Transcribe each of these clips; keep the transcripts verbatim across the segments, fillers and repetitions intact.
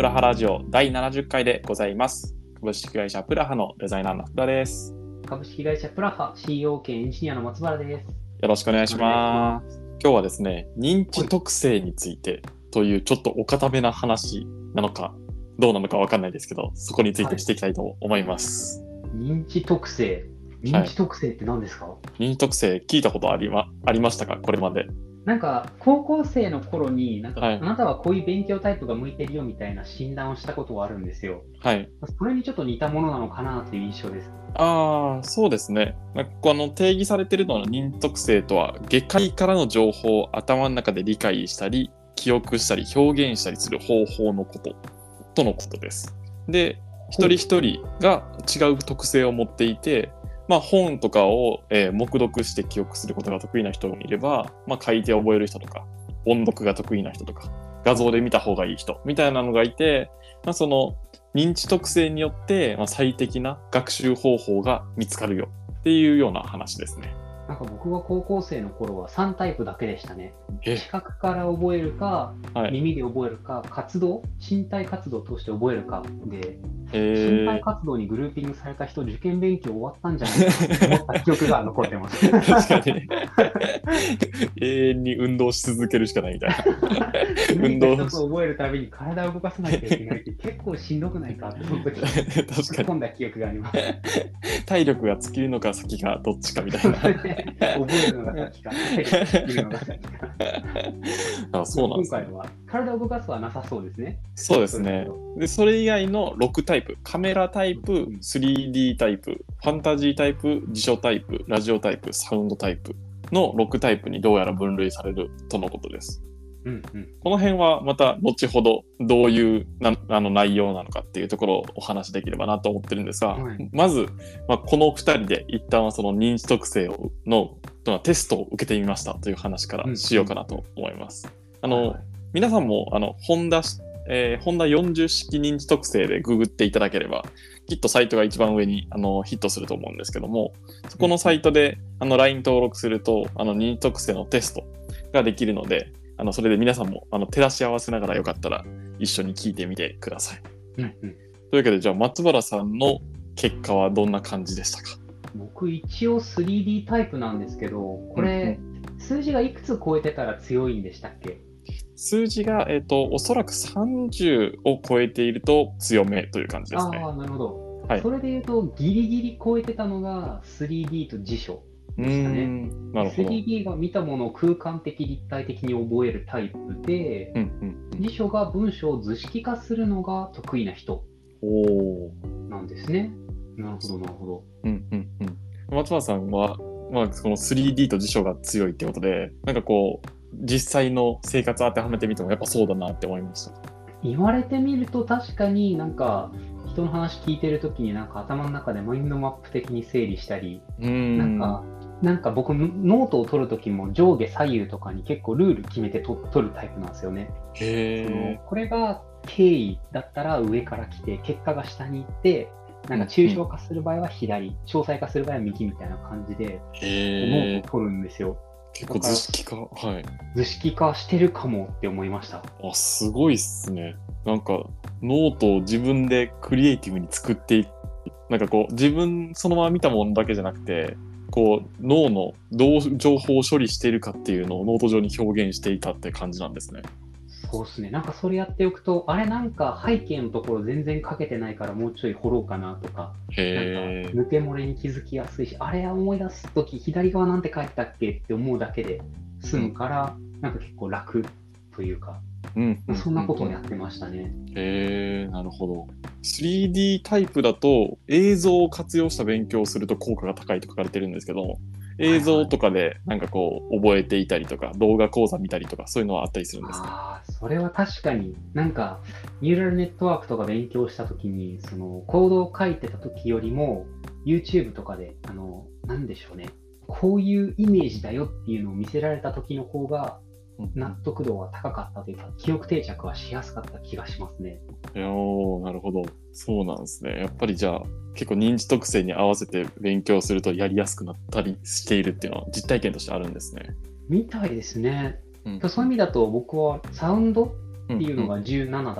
ラハラジオだいななじゅっかいでございます。株式会社プラハのデザイナーの福田です。 株式会社プラハ シーイーオー 兼エンジニアの松原です。 よろしくお願いします。今日はですね、認知特性についてというちょっとお堅めな話なのかどうなのかわかんないですけど、そこについてしていきたいと思います。 はい、認知特性認知特性って何ですか？はい、 認知特性聞いたことありま、ありましたか？これまで。 なんか高校生の頃になんか、 はい、 あなたはこういう勉強タイプが向いてるよみたいな診断をしたことはあるんですよ。 はい。 それにちょっと似たものなのかなという印象です。 ああ、そうですね。なんかこの定義されているのは認知特性とは、外界からの情報を頭の中で理解したり、記憶したり、表現したりする方法のこととのことです。で、一人一人が違う特性を持っていて、まあ、本とかを、えー、黙読して記憶することが得意な人もいれば、まあ、書いて覚える人とか、音読が得意な人とか、画像で見た方がいい人みたいなのがいて、まあ、その認知特性によって、まあ、最適な学習方法が見つかるよっていうような話ですね。 なんか僕が高校生の頃はさんタイプだけでしたね。視覚から覚えるか、はい、耳で覚えるか、活動、身体活動を通して覚えるかで、身体活動にグルーピングされた人、受験勉強終わったんじゃないかと思った記憶が残ってます。 確かに。永遠に運動し続けるしかないみたいな。 運動一つ覚えるたびに体を動かさなきゃいけないって結構しんどくないかってその時突っ込んだ記憶があります。 体力が尽きるのか先かどっちかみたいな。覚えるのが先か、体力が尽きるのが先か。あ、そうなんですね。今回は体を動かすはなさそうですね。 そうですね。で、それ以外のろくタイプ、カメラタイプ、スリーディー タイプ、ファンタジータイプ、辞書タイプ、ラジオタイプ、サウンドタイプのろくタイプにどうやら分類されるとのことです。うんうん、この辺はまた後ほどどういうなあの内容なのかっていうところをお話しできればなと思ってるんですが、はい、まず、まあ、このふたりで一旦はその認知特性をのテストを受けてみましたという話からしようかなと思います。うんうん、あの、はい、皆さんもあのホンダ、えー、ホンダよんじゅう式認知特性でググっていただければきっとサイトが一番上にあのヒットすると思うんですけども、そこのサイトであの ライン 登録するとあの認知特性のテストができるので、あのそれで皆さんもあの照らし合わせながらよかったら一緒に聞いてみてください。うんうん、というわけでじゃあ松原さんの結果はどんな感じでしたか？ 僕一応 スリーディー タイプなんですけど、これ、うんうん、数字がいくつ超えてたら強いんでしたっけ？ 数字が、えーと、おそらくさんじゅうを超えていると強めという感じですね。 ああ、なるほど。はい、それで言うとギリギリ超えてたのが スリーディー と辞書でしたね。なるほど。スリーディー が見たものを空間的立体的に覚えるタイプで、うんうんうん、辞書が文章を図式化するのが得意な人なんですね。なるほどなるほど。 うんうんうん。松原さんは、まあ、この スリーディー と辞書が強いってことで、なんかこう実際の生活当てはめてみてもやっぱそうだなって思いました。 言われてみると確かになんか人の話聞いてるときになんか頭の中でマインドマップ的に整理したり、うんなんかなんか僕ノートを取るときも上下左右とかに結構ルール決めてと取るタイプなんですよね。へそのこれが経緯だったら上から来て結果が下に行ってなんか抽象化する場合は左、うん、詳細化する場合は右みたいな感じでノートを取るんですよ。 結構図式化、はい。 図式化してるかもって思いました。 あ、すごいっすね。なんかノートを自分でクリエイティブに作っていく。なんかこう自分そのまま見たものだけじゃなくて、こう脳のどう情報を処理しているかっていうのをノート上に表現していたって感じなんですね。 そうですね。なんかそれやっておくと、あれなんか背景のところ全然書けてないからもうちょい掘ろうかなとか、へなんか抜け漏れに気づきやすいし、あれ思い出すとき左側なんて書いてたっけって思うだけで済むから、うん、なんか結構楽というか、うんうん、そんなことをやってましたね。 へー、なるほど。スリーディー タイプだと映像を活用した勉強をすると効果が高いと書かれてるんですけど、映像とかでなんかこう覚えていたりとか、動画講座見たりとかそういうのはあったりするんですか？ ああ、それは確かになんかニューラルネットワークとか勉強したときにそのコードを書いてたときよりも YouTube とかであのなんでしょうね、こういうイメージだよっていうのを見せられたときの方が納得度は高かったというか、記憶定着はしやすかった気がしますね。 いやー、なるほど。そうなんですね。やっぱりじゃあ結構認知特性に合わせて勉強するとやりやすくなったりしているっていうのは実体験としてあるんですね。 みたいですね。うん、そういう意味だと僕はサウンドっていうのがじゅうななだっ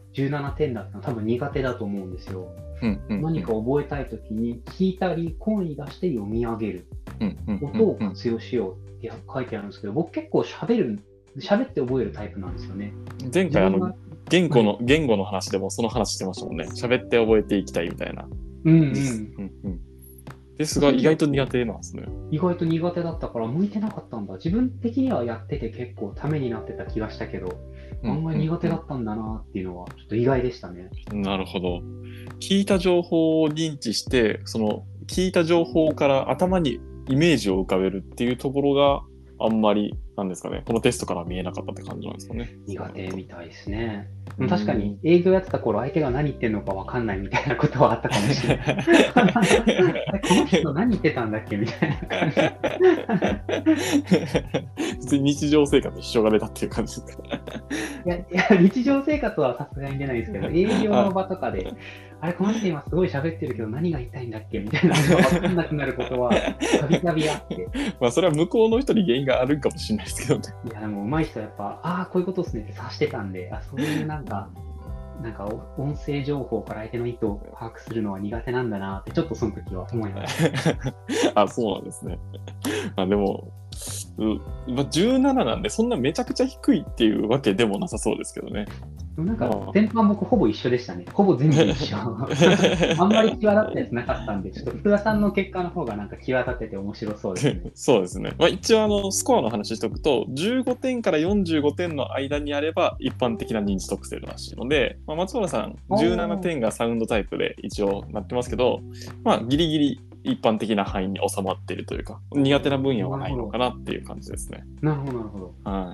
じゅうななてんだったら多分苦手だと思うんですよ。 うんうんうん、 何か覚えたいときに聞いたり声に出して読み上げる、 うんうんうんうん、 音を活用しようって書いてあるんですけど、僕結構喋る喋って覚えるタイプなんですよね。 前回あの言語の、はい、言語の話でもその話してましたもんね。喋って覚えていきたいみたいな。 うんうん。 うんうん、ですが意外と苦手なんですね。 意外と苦手だったから向いてなかったんだ。自分的にはやってて結構ためになってた気がしたけど、あんまり苦手だったんだなっていうのはちょっと意外でしたね。 なるほど。聞いた情報を認知して、その聞いた情報から頭にイメージを浮かべるっていうところがあんまりなんですかね。このテストから見えなかったって感じなんですかね。 苦手みたいですね。確かに営業やってた頃相手が何言ってるのか分かんないみたいなことはあったかもしれない。この人何言ってたんだっけみたいな感じ。 普通に日常生活に支障が出たっていう感じですか。 いや、いや日常生活はさすがに出ないですけど、営業の場とかで、あれ、この人今すごい喋ってるけど何が言いたいんだっけみたいなのが分かんなくなることはたびたびあって。 まあそれは向こうの人に原因があるかもしれないですけどね。 いや、でも上手い人はやっぱ、ああ、こういうことですねって察してたんで、あそういうなんか、なんか音声情報から相手の意図を把握するのは苦手なんだなってちょっとその時は思いました。 あ、そうなんですね。まあでも、まあ、じゅうなななんでそんなめちゃくちゃ低いっていうわけでもなさそうですけどね。 なんか全般僕ほぼ一緒でしたね。ほぼ全部一緒。あんまり際立ったやつなかったんで、ちょっと福田さんの結果の方がなんか際立ってて面白そうですね。 そうですね。まあ、一応あのスコアの話しておくと、じゅうごてんからよんじゅうごてんの間にあれば一般的な認知特性らしいので、まあ、松原さんじゅうななてんがサウンドタイプで一応なってますけど、まあギリギリ一般的な範囲に収まっているというか、苦手な分野はないのかなっていう感じですね。 なるほど、なるほど。 はい。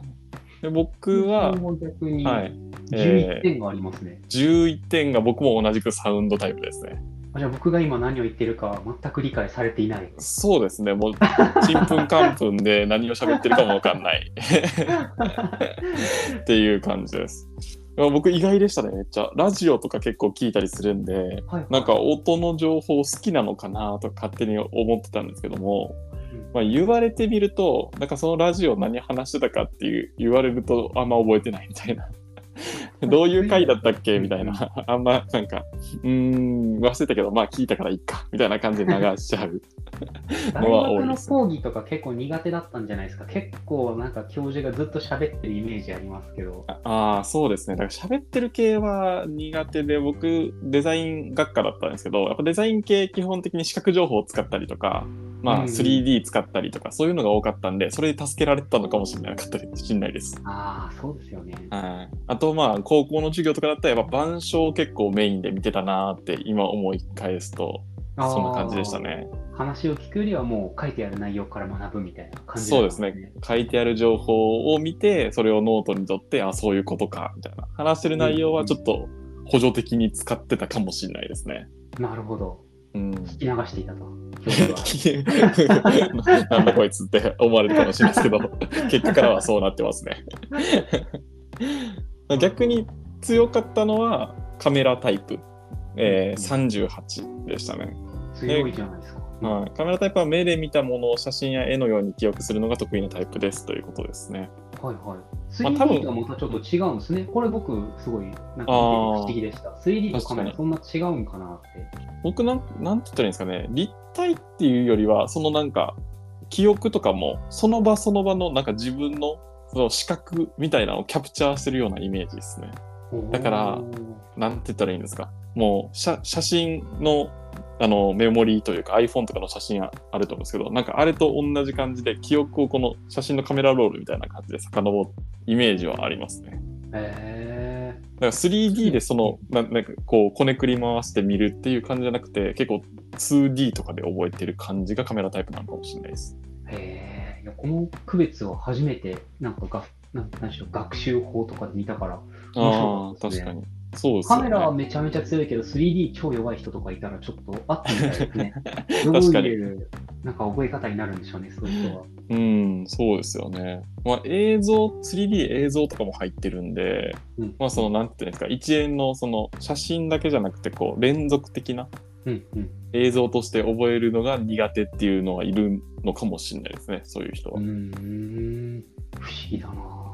で僕は、 逆にはい、 じゅういってんがありますね、 えー。じゅういってんが僕も同じくサウンドタイプですね。 じゃあ僕が今何を言ってるか全く理解されていない。 そうですね。もう、ちんぷんかんぷんで何を喋ってるかもわかんない。っていう感じです。僕意外でしたね、めっちゃ。ラジオとか結構聞いたりするんで、はいはい、なんか音の情報好きなのかなとか勝手に思ってたんですけども、うん、まあ、言われてみると、なんかそのラジオ何話してたかっていう言われるとあんま覚えてないみたいな。どういう回だったっけみたいな。あんまなんか、うーん、忘れたけど、まあ聞いたからいいかみたいな感じで流しちゃうのは多いです。 大学の講義とか結構苦手だったんじゃないですか。結構なんか教授がずっと喋ってるイメージありますけど。 ああ、そうですね。だから喋ってる系は苦手で、僕デザイン学科だったんですけど、やっぱデザイン系基本的に視覚情報を使ったりとか、まあ スリーディー 使ったりとか、そういうのが多かったんで、それで助けられてたのかもしれなかったりしれないです。 ああ、そうですよね。 はい。あとまあ高校の授業とかだったらやっぱ板書を結構メインで見てたなーって今思い返すとそんな感じでしたね。 話を聞くよりはもう書いてある内容から学ぶみたいな感じですね。 そうですね。書いてある情報を見てそれをノートに取ってあそういうことかみたいな話してる内容はちょっと補助的に使ってたかもしれないですね。 なるほど。うん、聞き流していたと。 なんだこいつって思われるかもしれないですけど結果からはそうなってますね。逆に強かったのはカメラタイプ、えー、さんじゅうはちでしたね。 強いじゃないですか。 はい、カメラタイプは目で見たものを写真や絵のように記憶するのが得意なタイプですということですね。 はいはい。スリーディー とはまたちょっと違うんですね。これ僕すごいなんか見てて不思議でした。スリーディー とカメラそんな違うんかなって。 僕なんなんて言ったらいいんですかね。立体っていうよりはそのなんか記憶とかもその場その場のなんか自分のその視覚みたいなのをキャプチャーしてるようなイメージですね。だからなんて言ったらいいんですか。もう 写, 写真のあのメモリーというか iPhone とかの写真あると思うんですけど、なんかあれと同じ感じで記憶をこの写真のカメラロールみたいな感じで遡るイメージはありますね。 へー。 だから スリーディー でそのななんかこうこねくり回して見るっていう感じじゃなくて、結構 ツーディー とかで覚えてる感じがカメラタイプなのかもしれないです。 へー。この区別を初めてなんかがなんなんでしょう学習法とかで見たから面白かったですね。ああ、確かに。そうですね、カメラはめちゃめちゃ強いけど スリーディー 超弱い人とかいたらちょっとあってみたいですね。どういうなんか覚え方になるんでしょうね、そういう人は。 うん、そうですよね。まあ映像 スリーディー 映像とかも入ってるんで、うん、まあそのなんていうんですか一連のその写真だけじゃなくてこう連続的な映像として覚えるのが苦手っていうのはいるのかもしれないですね、そういう人は。 うーん、不思議だな。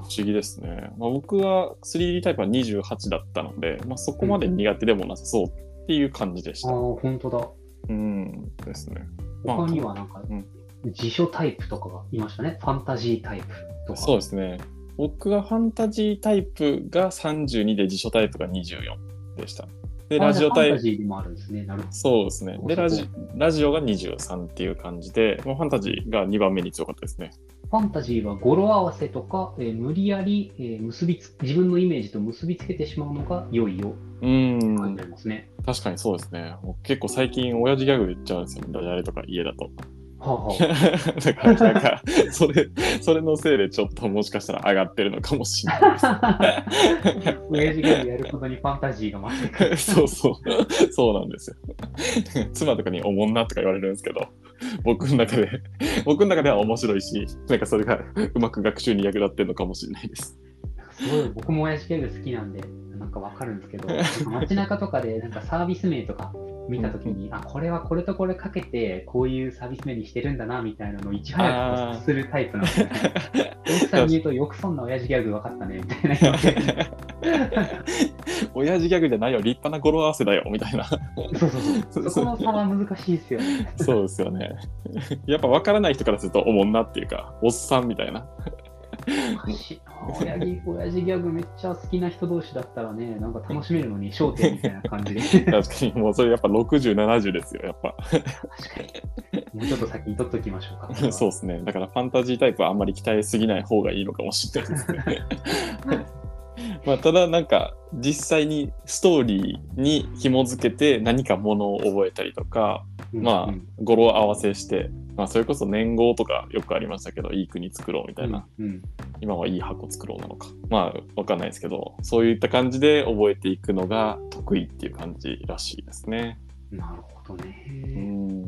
思議ですね。まあ、僕は スリーディー タイプはにじゅうはちだったので、まあ、そこまで苦手でもなさそうっていう感じでした。 ああ、本当だ。 うんですね。 他にはなんか、 うん、 辞書タイプとかがいましたね。ファンタジータイプとか。 そうですね。僕はファンタジータイプがさんじゅうにで辞書タイプがにじゅうよんでした。で、ラジオタイプ。ファンタジーでもあるんですね。なるほど。そうですね。で、ラジ、ラジオがにじゅうさんっていう感じで、まあ、ファンタジーがにばんめに強かったですね。 ファンタジーは語呂合わせとか、えー、無理やり、えー、結びつ自分のイメージと結びつけてしまうのが良いよって感じますね。 確かにそうですね。結構最近親父ギャグ言っちゃうんですよね。ダジャレとか家だと。 はあはあ、 だからなんかそれそれのせいでちょっともしかしたら上がってるのかもしれないです。 親父ギャグやることにファンタジーが増してくる。 そうそうそうなんですよ。妻とかにおもんなとか言われるんですけど、僕の中で僕の中では面白いし、なんかそれがうまく学習に役立ってるのかもしれないです。 すごい僕も親父ギャグ好きなんでなんかわかるんですけど、街中とかでなんかサービス名とか見たときに、うん、あ、これはこれとこれかけてこういうサービス名にしてるんだなみたいなのをいち早く察するタイプなんですよね。奥さんに言うとよくそんな親父ギャグ分かったねみたいな。 親父ギャグじゃないよ、立派な語呂合わせだよみたいな。そうそうそう。そこの差は難しいですよね。 そうですよね。やっぱ分からない人からするとおもんなっていうか、おっさんみたいな。 親父、親父ギャグめっちゃ好きな人同士だったらね、なんか楽しめるのに焦点みたいな感じで。 確かに、もうそれやっぱろくじゅう、ななじゅうですよ、やっぱ。 確かに。もうちょっと先に取っときましょうか。 そうですね。だからファンタジータイプはあんまり期待すぎない方がいいのかもしれないですね。まあ、ただなんか実際にストーリーに紐づけて何かものを覚えたりとか、うんうん、まあ語呂合わせして、まあ、それこそ年号とかよくありましたけど、いい国作ろうみたいな、うんうん、今はいい箱作ろうなのか、まあわかんないですけど、そういった感じで覚えていくのが得意っていう感じらしいですね。 なるほどね。うん、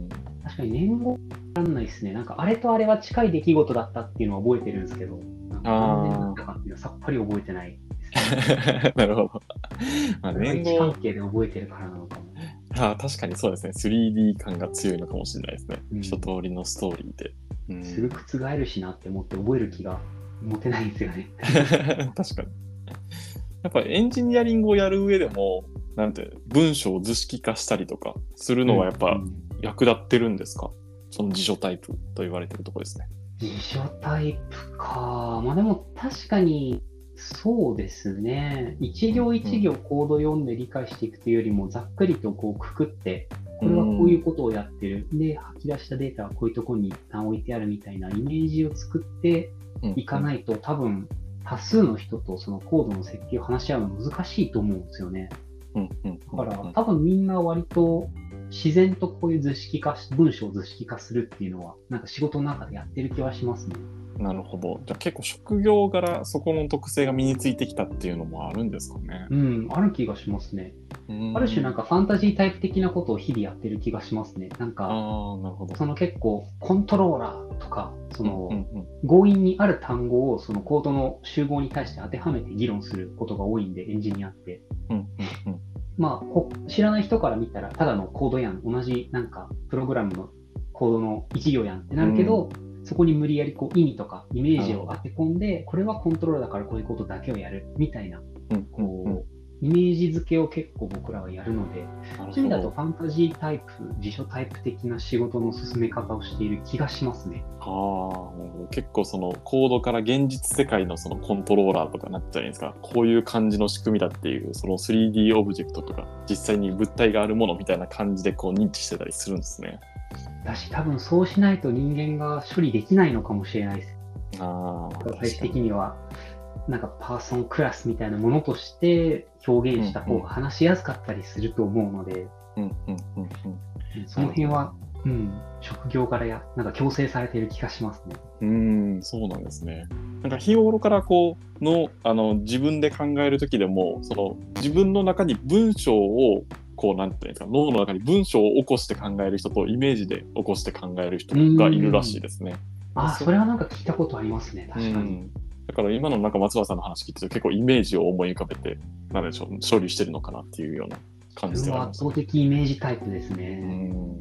確かに年号わかんないですね。なんかあれとあれは近い出来事だったっていうのは覚えてるんですけど、なんか何年だったかっていうのはさっぱり覚えてない。 なるほど。まあ、 年号関係で覚えてるからなのかも。 あ、確かにそうですね。スリーディー 感が強いのかもしれないですね。うん、一通りのストーリーで。 うん、すぐ覆るしなって思って覚える気が持てないんですよね。 確かに。やっぱエンジニアリングをやる上でも、なんて文章を図式化したりとかするのはやっぱ役立ってるんですか？うん、その辞書タイプと言われてるところですね。 辞書タイプか。まあでも確かにそうですね。一行一行コード読んで理解していくというよりも、ざっくりとこうくくって、これはこういうことをやってる。で、吐き出したデータはこういうところに一旦置いてあるみたいなイメージを作っていかないと、多分多数の人とそのコードの設計を話し合うの難しいと思うんですよね。だから多分みんな割と自然とこういう図式化し、文章を図式化するっていうのは、なんか仕事の中でやってる気はしますね。 なるほど。じゃあ結構職業柄そこの特性が身についてきたっていうのもあるんですかね。 うん、ある気がしますね。ある種なんかファンタジータイプ的なことを日々やってる気がしますね。なんか、 あ、なるほど。 その結構コントローラーとか、その、うんうんうん、強引にある単語をそのコードの集合に対して当てはめて議論することが多いんで、エンジニアって。うんうんうん、まあ、知らない人から見たらただのコードやん。同じなんかプログラムのコードの一行やんってなるけど、うんそこに無理やりこう意味とかイメージを当て込んで、これはコントローラーだからこういうことだけをやるみたいな、こうイメージ付けを結構僕らはやるので、そういう意味だとファンタジータイプ、辞書タイプ的な仕事の進め方をしている気がしますね。 はあ、結構そのコードから現実世界のそのコントローラーとかなっちゃうんですか。こういう感じの仕組みだっていうその スリーディー オブジェクトとか実際に物体があるものみたいな感じでこう認知してたりするんですね。 だし多分そうしないと人間が処理できないのかもしれないです。 ああ、 最終的にはなんかパーソンクラスみたいなものとして表現した方が話しやすかったりすると思うので、うんうんうんうん、その辺は、うん、職業からやなんか強制されている気がしますね。 うーん、そうなんですね。なんか日頃からこうのあの自分で考えるときでも、その自分の中に文章をこうなんていうんですか、脳の中に文章を起こして考える人とイメージで起こして考える人がいるらしいですね。 あ、それはなんか聞いたことありますね。確かに。 だから今のなんか松原さんの話聞いてると結構イメージを思い浮かべて、なんでしょう、処理してるのかなっていうような感じてはありました。 圧倒的イメージタイプですね。 うん、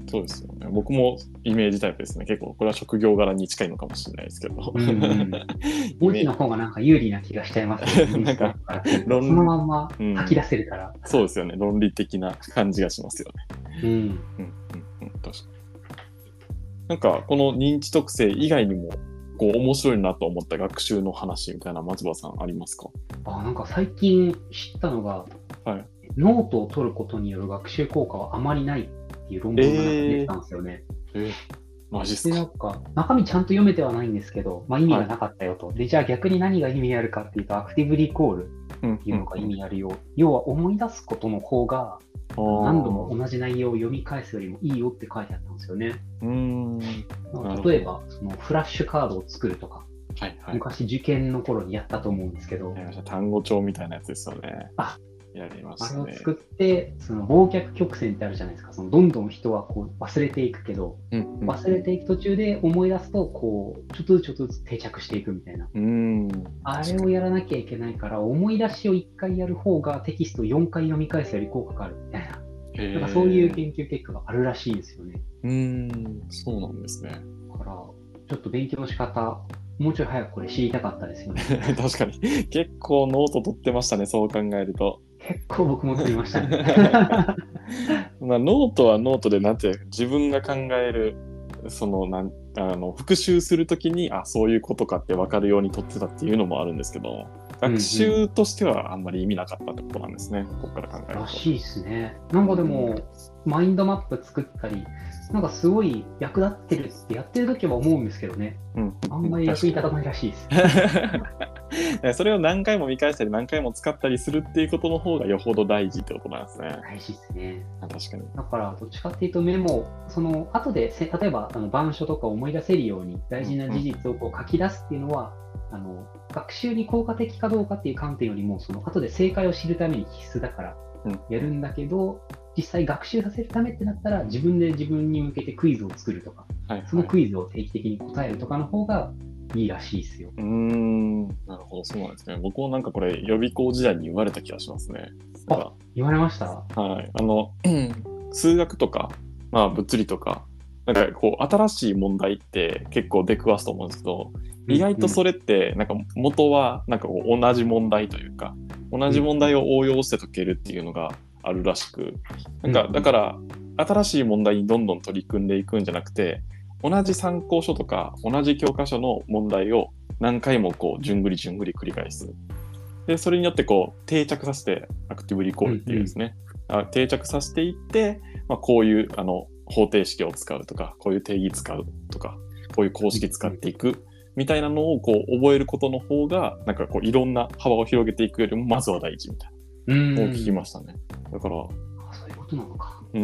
そうですよね。僕もイメージタイプですね。結構これは職業柄に近いのかもしれないですけど。 うんうん、文字の方がなんか有利な気がしちゃいますね。なんかそのまんま吐き出せるから、 うん。そうですよね。論理的な感じがしますよね。 うん。うんうんうん、確かに。なんかこの認知特性以外にもこう面白いなと思った学習の話みたいな松葉さんありますか？ あ、なんか最近知ったのが、はい、ノートを取ることによる学習効果はあまりないっていう論文が出てたんですよね。 えーえー、マジっすか？ で、なんか中身ちゃんと読めてはないんですけど、まあ、意味がなかったよと、はい。で、じゃあ逆に何が意味あるかっていうと、アクティブリコールっていうのが意味あるよ。うんうんうん、要は思い出すことの方が何度も同じ内容を読み返すよりもいいよって書いてあったんですよね。 うーん、 例えばそのフラッシュカードを作るとか、はいはい、昔受験の頃にやったと思うんですけど、 単語帳みたいなやつですよね。 あ、 やりましたね。 あれを作って、その忘却曲線ってあるじゃないですか。そのどんどん人はこう忘れていくけど、うんうん、忘れていく途中で思い出すとこうちょっとずつちょっとずつ定着していくみたいな。うん、あれをやらなきゃいけないから、思い出しをいっかいやる方がテキストよんかい読み返すより効果があるみたいな。なんかそういう研究結果があるらしいですよね。 うーん、そうなんですね。 だからちょっと勉強の仕方、もうちょい早くこれ知りたかったですよね。 確かに結構ノート取ってましたね、そう考えると。 結構僕も取りましたね。 まあノートはノートでなんて自分が考えるそのなんあの復習するときにあそういうことかって分かるように取ってたっていうのもあるんですけど、学習としてはあんまり意味なかったってことなんですね、うんうん、ここから考えると。 らしいですね。なんかでも、うん、マインドマップ作ったり、なんかすごい役立ってるってやってるときは思うんですけどね。うん、あんまり役に立たないらしいです。 それを何回も見返したり何回も使ったりするっていうことの方がよほど大事ってことなんですね。 大事ですね。 確かに。 だからどっちかっていうとメモ、その後でせ例えばあの板書とか思い出せるように大事な事実をこう書き出すっていうのは、うんうん、あの学習に効果的かどうかっていう観点よりもその後で正解を知るために必須だからやるんだけど、うん、実際学習させるためってなったら自分で自分に向けてクイズを作るとか、はいはい、そのクイズを定期的に答えるとかの方がいいらしいですよ。 うーん、なるほど、そうなんですね。僕もなんかこれ予備校時代に言われた気がしますね。 あ、言われました？ はい。あの数学とか、まあ物理とか、なんかこう新しい問題って結構出くわすと思うんですけど、意外とそれってなんか元はなんかこう同じ問題というか、同じ問題を応用して解けるっていうのがあるらしく、なんかだから新しい問題にどんどん取り組んでいくんじゃなくて、同じ参考書とか同じ教科書の問題を何回もこう順繰り順繰り繰り返す。でそれによってこう定着させてアクティブリコールっていうですね、うんうん、定着させていって、まあ、こういうあの方程式を使うとか、こういう定義使うとか、こういう公式使っていくみたいなのをこう覚えることの方がなんかこういろんな幅を広げていくよりもまずは大事みたいなのを聞きましたね。だからそういうことなのか。 うん、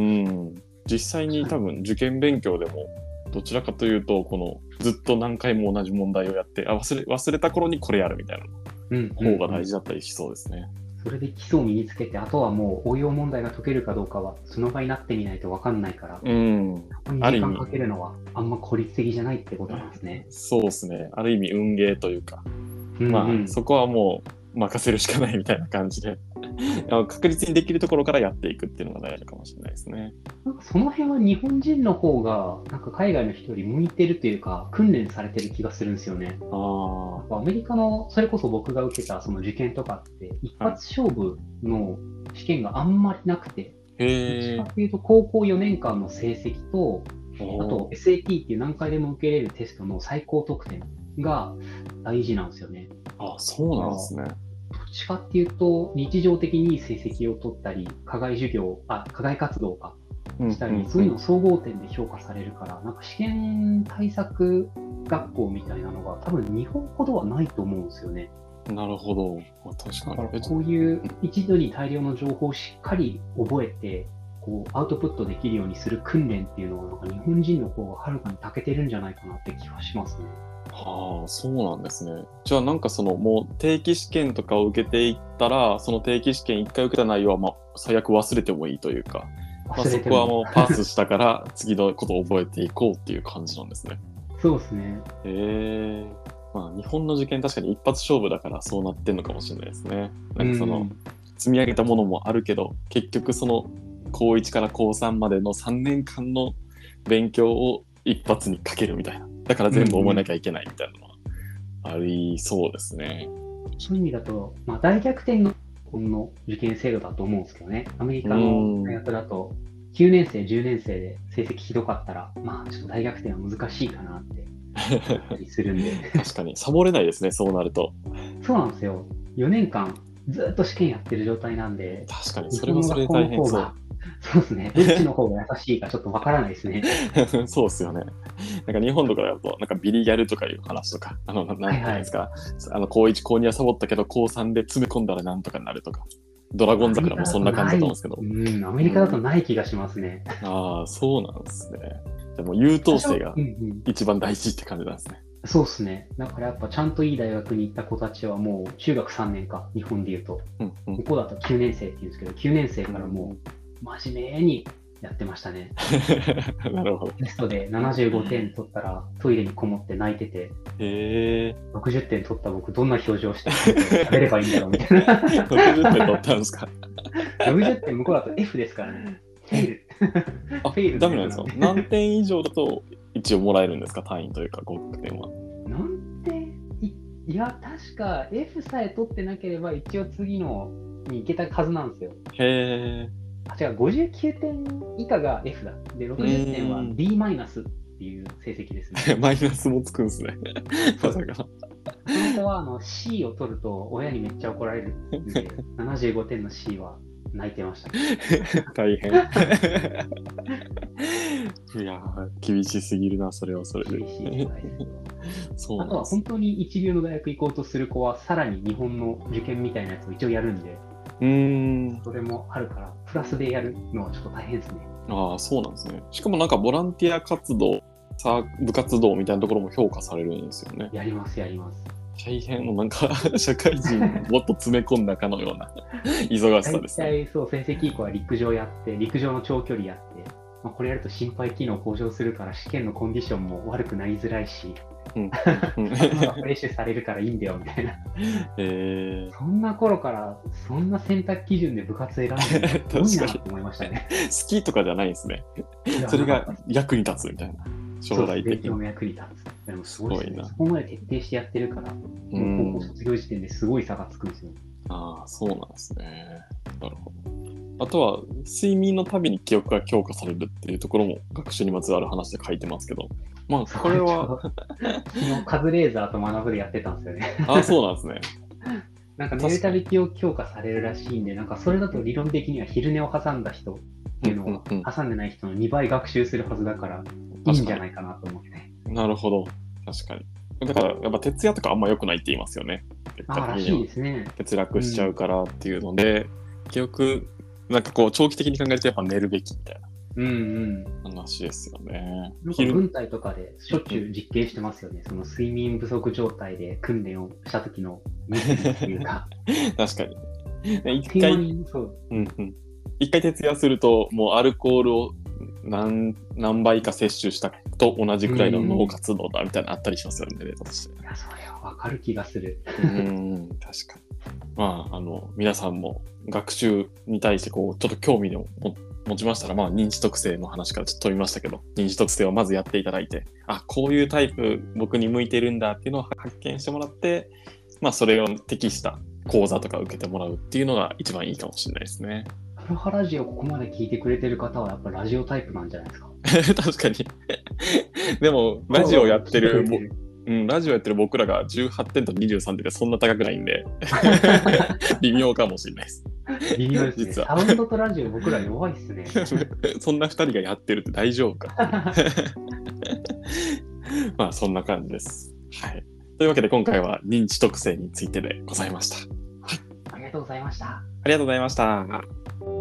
実際に多分受験勉強でもどちらかというとこのずっと何回も同じ問題をやってあ忘れ忘れた頃にこれやるみたいな方が大事だったりしそうですね。うんうんうん、 それで基礎を身につけて、あとはもう応用問題が解けるかどうかはその場になってみないと分かんないから、うん、そこに時間かけるのはあんま効率的じゃないってことなんですね。 そうですね。ある意味運ゲーというか、うんうん、まあそこはもう任せるしかないみたいな感じで確実にできるところからやっていくっていうのが大事かもしれないですね。 なんかその辺は日本人の方がなんか海外の人より向いてるというか訓練されてる気がするんですよね。あアメリカのそれこそ僕が受けたその受験とかって一発勝負の試験があんまりなくて、はい、どっちかっていうと高校よねんかんの成績とあと エスエーティー っていう何回でも受けれるテストの最高得点が大事なんですよね。 あ、そうなんですね。 どっちかっていうと日常的にいい成績を取ったり課外授業あ課外活動かしたり、うんうんうん、そういうの総合点で評価されるからなんか試験対策学校みたいなのが多分日本ほどはないと思うんですよね。 なるほど。確かに。 だからこういう一度に大量の情報をしっかり覚えてこうアウトプットできるようにする訓練っていうのはなんか日本人の方がはるかに長けてるんじゃないかなって気がしますね。 はあ、そうなんですね。じゃあなんかそのもう定期試験とかを受けていったらその定期試験いっかい受けた内容はまあ最悪忘れてもいいというか、まあ、そこはもうパスしたから次のことを覚えていこうっていう感じなんですね。 そうですね。 へえ。まあ日本の受験確かに一発勝負だからそうなってんのかもしれないですね。なんかその積み上げたものもあるけど、結局そのこういちからこうさんまでのさんねんかんの勉強を一発にかけるみたいな。だから全部覚えなきゃいけないみたいなのはありそうですね。 そういう意味だと、まあ、大逆転の日本の受験制度だと思うんですけどね。アメリカの大学だときゅうねん生、じゅうねん生で成績ひどかったら、まあちょっと大逆転は難しいかなって思ったりするんで。 確かにサボれないですね、そうなると。 そうなんですよ。よねんかんずっと試験やってる状態なんで、 確かにそれはそれで大変そう。 そうですね。どっちの方が優しいかちょっとわからないですね。 そうですよね。なんか日本とかだと、なんかビリギャルとかいう話とか、あの、なんていうんですか、はいはい、あの、高いち、高にはサボったけど、高さんで詰め込んだらなんとかなるとか、ドラゴン桜もそんな感じだと思うんですけど。 うん、アメリカだとない気がしますね。 うん、ああ、そうなんですね。でも優等生が一番大事って感じなんですね。 うんうん、そうですね。だからやっぱちゃんといい大学に行った子たちはもう中学さんねんか、日本で言うと。うんうん、ここだときゅうねん生って言うんですけど、きゅうねん生からもう真面目にやってましたね。 なるほど。 テストでななじゅうごてん取ったらトイレにこもって泣いてて、 へろくじゅってん取った僕どんな表情して食べればいいんだろうみたいな。 ろくじゅってん取ったんですか？ ろくじゅってん向こうだと F ですからね。フェイル。 あ、フェイルダメなんですか？何点以上だと一応もらえるんですか？単位というか合格点は。 何点 い, いや、確か F さえ取ってなければ一応次のに行けたはずなんですよ。 へー。 あ、違う、ごじゅうきゅうてん以下が F だ。で、ろくじゅってんは B マイナスっていう成績ですね。 マイナスもつくんですね。まさか。 その子はあの C を取ると親にめっちゃ怒られるんで、ななじゅうごてんの C は泣いてました、ね。 大変。いやー、厳しすぎるな、それはそれで。 厳しいですそうなんです。 あとは本当に一流の大学行こうとする子は、さらに日本の受験みたいなやつを一応やるんで、 うーん、 それもあるから、プラスでやるのはちょっと大変ですね。 ああ、そうなんですね。しかもなんかボランティア活動、さ部活動みたいなところも評価されるんですよね。 やります、やります。 大変、なんか社会人もっと詰め込んだかのような忙しさですね。 大体そう、成績以降は陸上やって、陸上の長距離やって、まあ、これやると心肺機能向上するから試験のコンディションも悪くなりづらいし、うん、頭がフレッシュされるからいいんだよみたいな、えー、そんな頃からそんな選択基準で部活選んでるのすごいなと思いましたね。 好きとかじゃないんですね。それが役に立つみたいな。将来的に。 勉強の役に立つ。でもすごいですね。そこまで徹底してやってるから、もう高校卒業時点ですごい差がつくんですよ。 ああ、そうなんですね。なるほど。あとは、睡眠のたびに記憶が強化されるっていうところも学習にまつわる話で書いてますけど、まあ、これは。 昨日、カズレーザーと学ぶでやってたんですよね。 ああ、そうなんですね。 なんか寝るたび記憶強化されるらしいんで、なんかそれだと理論的には昼寝を挟んだ人っていうのを挟んでない人のにばい学習するはずだから、いいんじゃないかなと思って。 なるほど。確かに。だから、やっぱ徹夜とかあんま良くないって言いますよね。 ああ、らしいですね。 欠落しちゃうからっていうので、うん、記憶、なんかこう、長期的に考えるとやっぱ寝るべきみたいな。うんうん。話ですよね。 なんか軍隊とかでしょっちゅう実験してますよね。その睡眠不足状態で訓練をした時のミスっていうか。 確かに。一回、そううんうん、一回徹夜すると、もうアルコールを何何倍か摂取したと同じくらいの脳活動だみたいなのあったりしますよね、データとして。 いや、それは分かる気がする。 うん、確かに。まあ、あの、皆さんも学習に対してこう、ちょっと興味を持ちましたら、まあ、認知特性の話からちょっと飛びましたけど、認知特性をまずやっていただいて、あ、こういうタイプ僕に向いてるんだっていうのを発見してもらって、まあ、それを適した講座とか受けてもらうっていうのが一番いいかもしれないですね。 プロハラジオここまで聞いてくれてる方はやっぱラジオタイプなんじゃないですか。 確かに。でも、ラジオやってる、うん、ラジオやってる僕らがじゅうはってんとにじゅうさんてんでそんな高くないんで、微妙かもしれないです。 微妙ですね。実はサウンドとラジオ僕ら弱いっすね。 そんなふたりがやってるって大丈夫か。まあ、そんな感じです。はい。というわけで今回は認知特性についてでございました。 ありがとうございました。ありがとうございました。